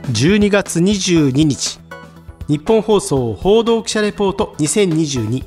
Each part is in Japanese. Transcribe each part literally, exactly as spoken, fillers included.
じゅうにがつにじゅうににち、日本放送報道記者レポートにせんにじゅうに。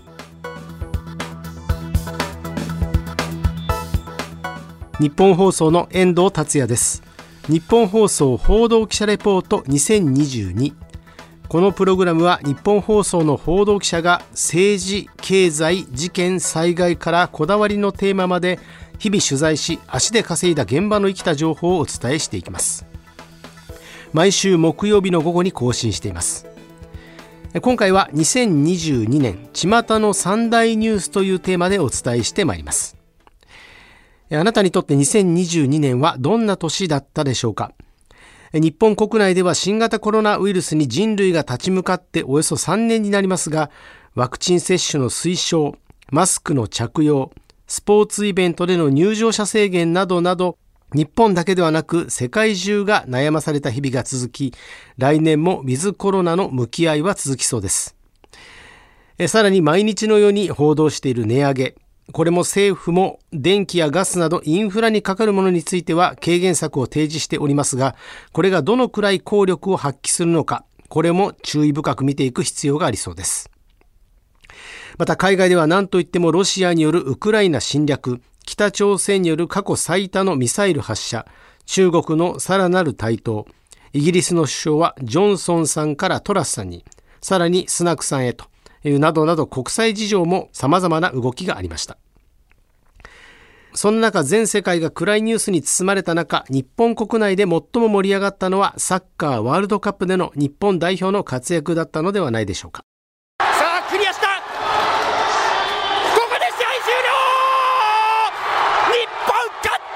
日本放送の遠藤達也です。日本放送報道記者レポートにせんにじゅうに。このプログラムは日本放送の報道記者が政治、経済、事件、災害からこだわりのテーマまで日々取材し、足で稼いだ現場の生きた情報をお伝えしていきます。毎週木曜日の午後に更新しています。今回はにせんにじゅうにねん巷の三大ニュースというテーマでお伝えしてまいります。あなたにとってにせんにじゅうにねんはどんな年だったでしょうか。日本国内では新型コロナウイルスに人類が立ち向かっておよそさんねんになりますが、ワクチン接種の推奨、マスクの着用、スポーツイベントでの入場者制限などなど、日本だけではなく世界中が悩まされた日々が続き、来年もウィズコロナの向き合いは続きそうです。えさらに毎日のように報道している値上げ、これも政府も電気やガスなどインフラにかかるものについては軽減策を提示しておりますが、これがどのくらい効力を発揮するのか、これも注意深く見ていく必要がありそうです。また海外では何といってもロシアによるウクライナ侵略、北朝鮮による過去最多のミサイル発射、中国のさらなる台頭、イギリスの首相はジョンソンさんからトラスさんに、さらにスナクさんへというなどなど、国際事情も様々な動きがありました。そんな中、全世界が暗いニュースに包まれた中、日本国内で最も盛り上がったのはサッカーワールドカップでの日本代表の活躍だったのではないでしょうか。 さあクリアした。ここで試合終了。日本勝った。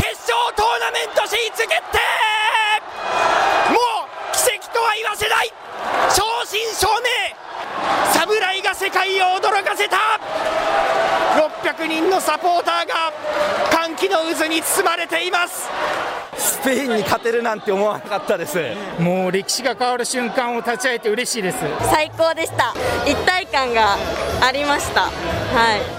決勝トーナメント進出決定。もう奇跡とは言わせない。正真正銘、侍が世界を驚かせた。ろっぴゃくにんのサポーターが歓喜の渦に包まれています。 スペインに勝てるなんて思わなかったです。 もう歴史が変わる瞬間を立ち会えて嬉しいです。 最高でした。一体感がありました。はい。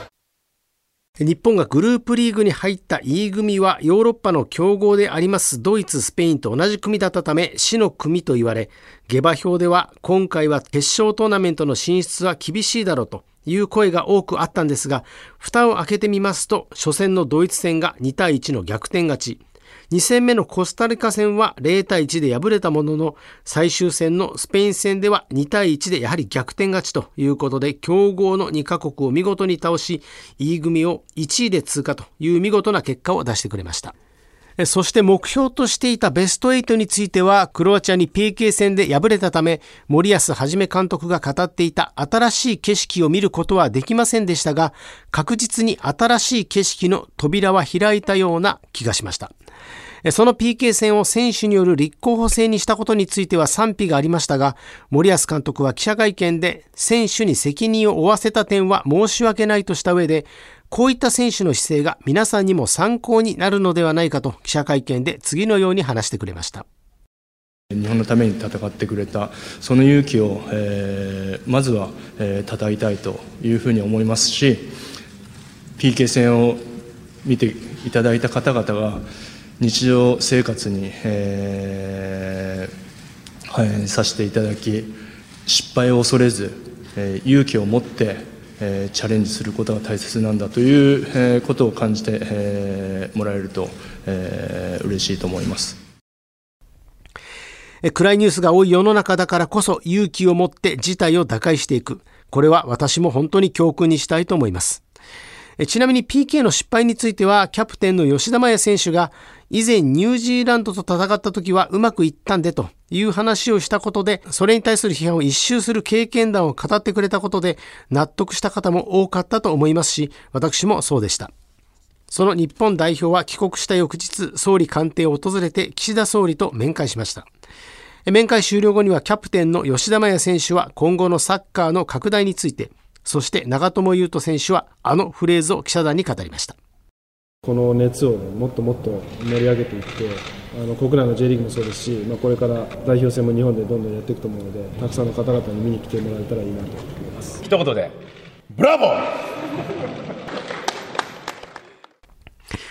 日本がグループリーグに入った E 組はヨーロッパの強豪でありますドイツ、スペインと同じ組だったため死の組と言われ、下馬評では今回は決勝トーナメントの進出は厳しいだろうという声が多くあったんですが、蓋を開けてみますと初戦のドイツ戦がにたいいちの逆転勝ち、に戦目のコスタリカ戦はゼロたいいちで敗れたものの、最終戦のスペイン戦ではにたいいちでやはり逆転勝ちということで、強豪のにカ国を見事に倒し E 組をいちいで通過という見事な結果を出してくれました。そして目標としていたベストはちについてはクロアチアに ピーケー 戦で敗れたため、森保一監督が語っていた新しい景色を見ることはできませんでしたが、確実に新しい景色の扉は開いたような気がしました。その ピーケー 戦を選手による立候補制にしたことについては賛否がありましたが、森保監督は記者会見で選手に責任を負わせた点は申し訳ないとした上で、こういった選手の姿勢が皆さんにも参考になるのではないかと記者会見で次のように話してくれました。 日本のために戦ってくれたその勇気を、えー、まずは、えー、叩いたいというふうに思いますし、 ピーケー 戦を見ていただいた方々が日常生活に、えー、反映させていただき、失敗を恐れず、えー、勇気を持って、えー、チャレンジすることが大切なんだという、えー、ことを感じて、えー、もらえると、えー、嬉しいと思います。 暗いニュースが多い世の中だからこそ勇気を持って事態を打開していく、これは私も本当に教訓にしたいと思います。ちなみに ピーケー の失敗についてはキャプテンの吉田麻也選手が以前ニュージーランドと戦った時はうまくいったんでという話をしたことで、それに対する批判を一蹴する経験談を語ってくれたことで納得した方も多かったと思いますし、私もそうでした。その日本代表は帰国した翌日、総理官邸を訪れて岸田総理と面会しました。面会終了後にはキャプテンの吉田麻也選手は今後のサッカーの拡大について、そして長友佑都選手はあのフレーズを記者団に語りました。 この熱を、ね、もっともっと盛り上げていって、あの国内の J リーグもそうですし、まあ、これから代表戦も日本でどんどんやっていくと思うので、たくさんの方々に見に来てもらえたらいいなと思います。 一言でブラボー。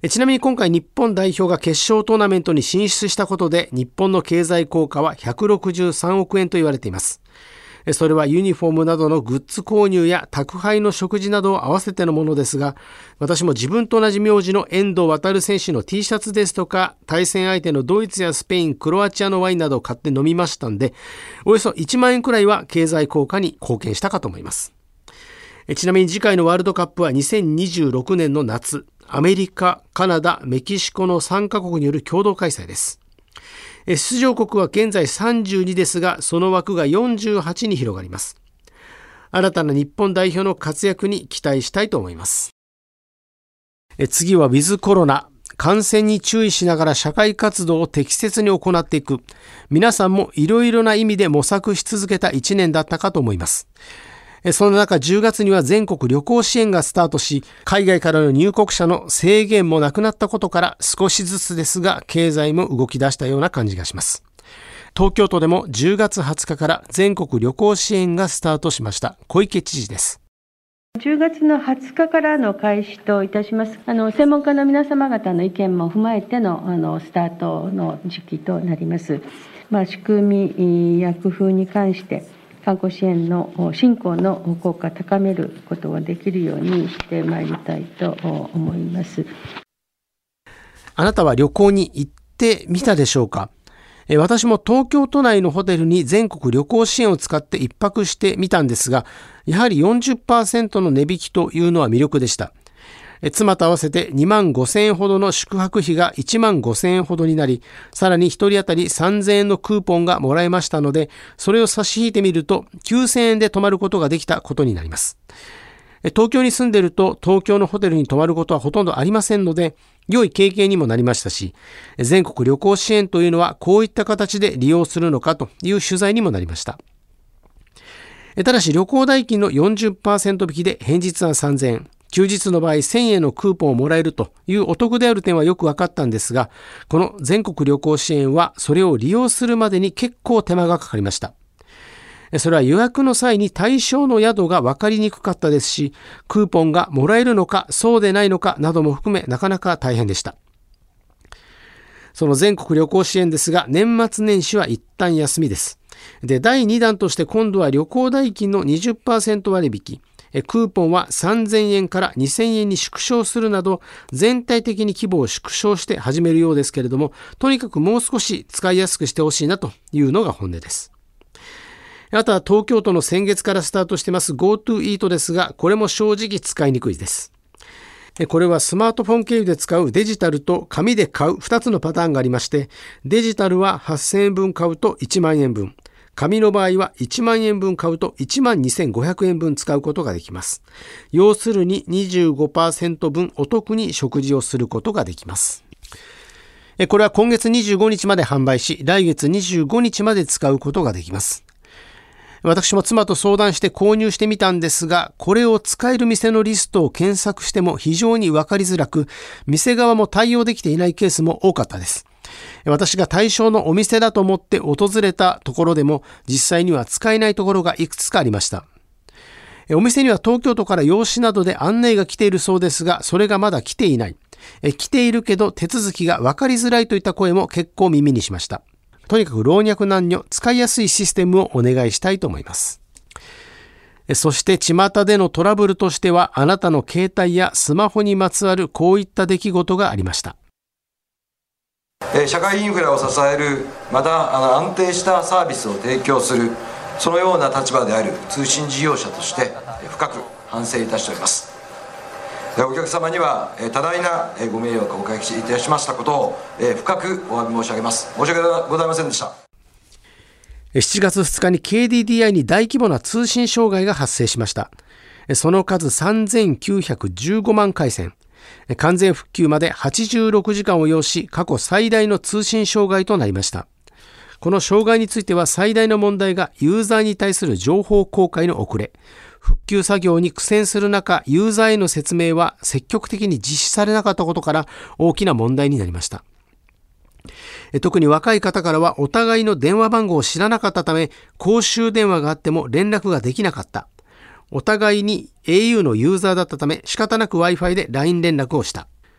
ちなみに今回日本代表が決勝トーナメントに進出したことで日本の経済効果はひゃくろくじゅうさんおくえんと言われています。それはユニフォームなどのグッズ購入や宅配の食事などを合わせてのものですが、私も自分と同じ名字の遠藤航選手の T シャツですとか、対戦相手のドイツやスペイン、クロアチアのワインなどを買って飲みましたんで、およそいちまんえんくらいは経済効果に貢献したかと思います。ちなみに次回のワールドカップはにせんにじゅうろくねんの夏、アメリカ、カナダ、メキシコのさんかこくによる共同開催です。出場国は現在さんじゅうにですが、その枠がよんじゅうはちに広がります。新たな日本代表の活躍に期待したいと思います。次はウィズコロナ。感染に注意しながら社会活動を適切に行っていく。皆さんもいろいろな意味で模索し続けたいちねんだったかと思います。その中、じゅうがつには全国旅行支援がスタートし、海外からの入国者の制限もなくなったことから少しずつですが経済も動き出したような感じがします。東京都でもじゅうがつはつかから全国旅行支援がスタートしました。小池知事です。 じゅうがつのはつかからの開始といたします。あの専門家の皆様方の意見も踏まえての、あのスタートの時期となります。まあ、仕組みや工夫に関して観光支援の振興の効果を高めることができるようにしてまいりたいと思います。 あなたは旅行に行ってみたでしょうか？私も東京都内のホテルに全国旅行支援を使って一泊してみたんですが、やはり よんじゅっパーセント の値引きというのは魅力でした。妻と合わせてにまんごせんえんほどの宿泊費がいちまんごせんえんほどになり、さらにひとり当たりさんぜんえんのクーポンがもらえましたので、それを差し引いてみるときゅうせんえんで泊まることができたことになります。東京に住んでいると東京のホテルに泊まることはほとんどありませんので、良い経験にもなりましたし、全国旅行支援というのはこういった形で利用するのかという取材にもなりました。ただし旅行代金の よんじゅっパーセント 引きで平日はさんぜんえん、休日の場合せんえんのクーポンをもらえるというお得である点はよく分かったんですが、この全国旅行支援はそれを利用するまでに結構手間がかかりました。それは予約の際に対象の宿が分かりにくかったですし、クーポンがもらえるのかそうでないのかなども含めなかなか大変でした。その全国旅行支援ですが、年末年始は一旦休みです。で、だいにだんとして今度は旅行代金の にじゅっパーセント 割引、クーポンはさんぜんえんからにせんえんに縮小するなど、全体的に規模を縮小して始めるようですけれども、とにかくもう少し使いやすくしてほしいなというのが本音です。あとは東京都の先月からスタートしてます GoTo イートですが、これも正直使いにくいです。これはスマートフォン経由で使うデジタルと紙で買うふたつのパターンがありまして、デジタルははっせんえんぶん買うといちまんえんぶん、紙の場合はいちまんえんぶん買うといちまんにせんごひゃくえんぶん使うことができます。要するに にじゅうごパーセント 分お得に食事をすることができます。これは今月にじゅうごにちまで販売し、来月にじゅうごにちまで使うことができます。私も妻と相談して購入してみたんですが、これを使える店のリストを検索しても非常に分かりづらく、店側も対応できていないケースも多かったです。私が対象のお店だと思って訪れたところでも、実際には使えないところがいくつかありました。お店には東京都から用紙などで案内が来ているそうですが、それがまだ来ていない。来ているけど手続きが分かりづらいといった声も結構耳にしました。とにかく老若男女使いやすいシステムをお願いしたいと思います。そして巷でのトラブルとしては、あなたの携帯やスマホにまつわるこういった出来事がありました。 社会インフラを支える、またあの安定したサービスを提供する、そのような立場である通信事業者として深く反省いたしております。お客様には多大なご迷惑をおかけいたしましたことを深くお詫び申し上げます。申し訳ございませんでした。 しちがつふつかに ケーディーディーアイ に大規模な通信障害が発生しました。その数さんぜんきゅうひゃくじゅうごまんかいせん。完全復旧まではちじゅうろくじかんを要し、過去最大の通信障害となりました。この障害については最大の問題がユーザーに対する情報公開の遅れ。復旧作業に苦戦する中、ユーザーへの説明は積極的に実施されなかったことから大きな問題になりました。特に若い方からはお互いの電話番号を知らなかったため、公衆電話があっても連絡ができなかった。お互いに エーユー のユーザーだったため仕方なく Wi-Fi で ライン 連絡をした。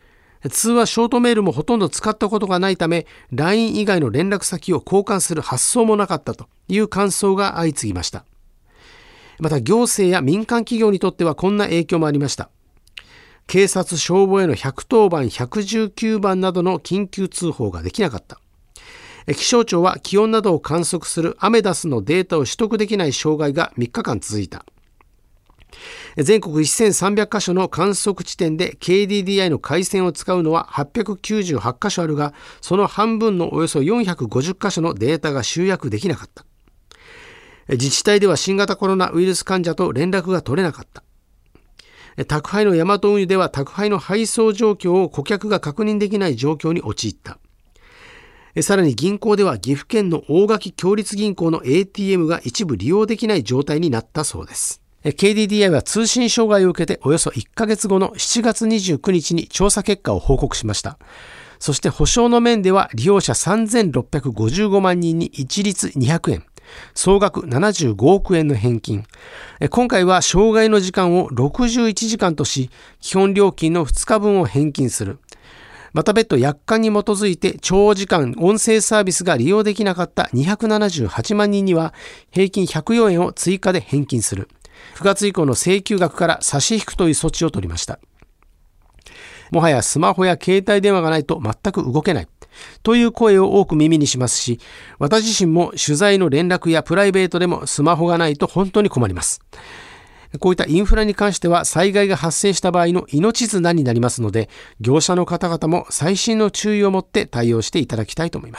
通話ショートメールもほとんど使ったことがないため ライン 以外の連絡先を交換する発想もなかったという感想が相次ぎました。また行政や民間企業にとってはこんな影響もありました。警察消防へのひゃくとおばんひゃくじゅうきゅうばんなどの緊急通報ができなかった。気象庁は気温などを観測するアメダスのデータを取得できない障害がみっかかん続いた。全国せんさんびゃっかしょの観測地点で ケーディーディーアイ の回線を使うのははっぴゃくきゅうじゅうはちかしょあるが、その半分のおよそよんひゃくごじゅっかしょのデータが集約できなかった。自治体では新型コロナウイルス患者と連絡が取れなかった。宅配のヤマト運輸では宅配の配送状況を顧客が確認できない状況に陥った。さらに銀行では岐阜県の大垣共立銀行の エーティーエム が一部利用できない状態になったそうです。ケーディーディーアイ は通信障害を受けておよそいっかげつごのしちがつにじゅうくにちに調査結果を報告しました。そして保証の面では利用者さんぜんろっぴゃくごじゅうごまんにんに一律にひゃくえん、総額ななじゅうごおくえんの返金。今回は障害の時間をろくじゅういちじかんとし、基本料金のふつかぶんを返金する。また別途約款に基づいて長時間音声サービスが利用できなかったにひゃくななじゅうはちまんにんには平均ひゃくよんえんを追加で返金する。くがつ以降の請求額から差し引くという措置を取りました。もはやスマホや携帯電話がないと全く動けないという声を多く耳にしますし、私自身も取材の連絡やプライベートでもスマホがないと本当に困ります。こういったインフラに関しては災害が発生した場合の命綱になりますので、業者の方々も細心の注意を持って対応していただきたいと思います。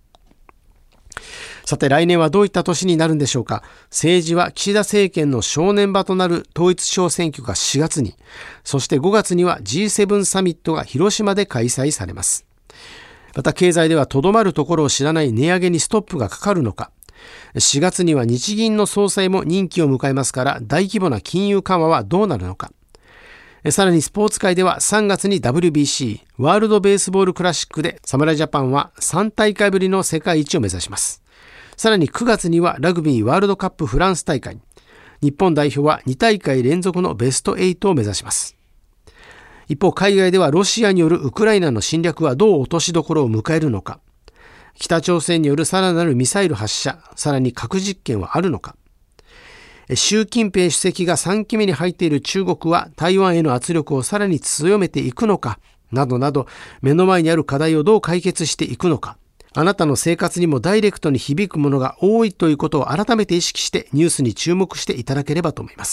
さて来年はどういった年になるんでしょうか。政治は岸田政権の正念場となる統一地方選挙がしがつに、そしてごがつには ジーセブン サミットが広島で開催されます。また経済ではとどまるところを知らない値上げにストップがかかるのか。しがつには日銀の総裁も任期を迎えますから、大規模な金融緩和はどうなるのか。さらにスポーツ界ではさんがつに ダブリュービーシー ワールドベースボールクラシックで侍ジャパンはさんたいかいぶりの世界一を目指します。さらにくがつにはラグビーワールドカップフランス大会。日本代表はにたいかい連続のベストはちを目指します。一方海外ではロシアによるウクライナの侵略はどう落としどころを迎えるのか。北朝鮮によるさらなるミサイル発射、さらに核実験はあるのか。習近平主席がさんきめに入っている中国は台湾への圧力をさらに強めていくのか、などなど目の前にある課題をどう解決していくのか。あなたの生活にもダイレクトに響くものが多いということを改めて意識してニュースに注目していただければと思います。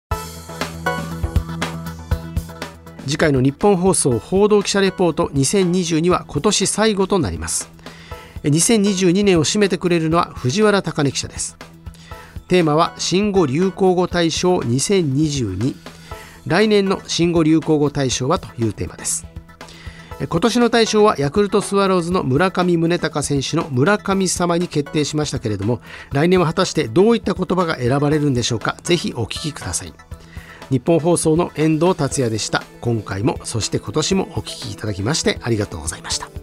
次回の日本放送報道記者レポートにせんにじゅうには今年最後となります。にせんにじゅうにねんを締めてくれるのは藤原貴音記者です。テーマは新語・流行語大賞にせんにじゅうに。来年の新語・流行語大賞はというテーマです。今年の大賞はヤクルトスワローズの村上宗隆選手の村神様に決定しましたけれども、来年は果たしてどういった言葉が選ばれるんでしょうか。ぜひお聞きください。日本放送の遠藤達也でした。今回もそして今年もお聞きいただきましてありがとうございました。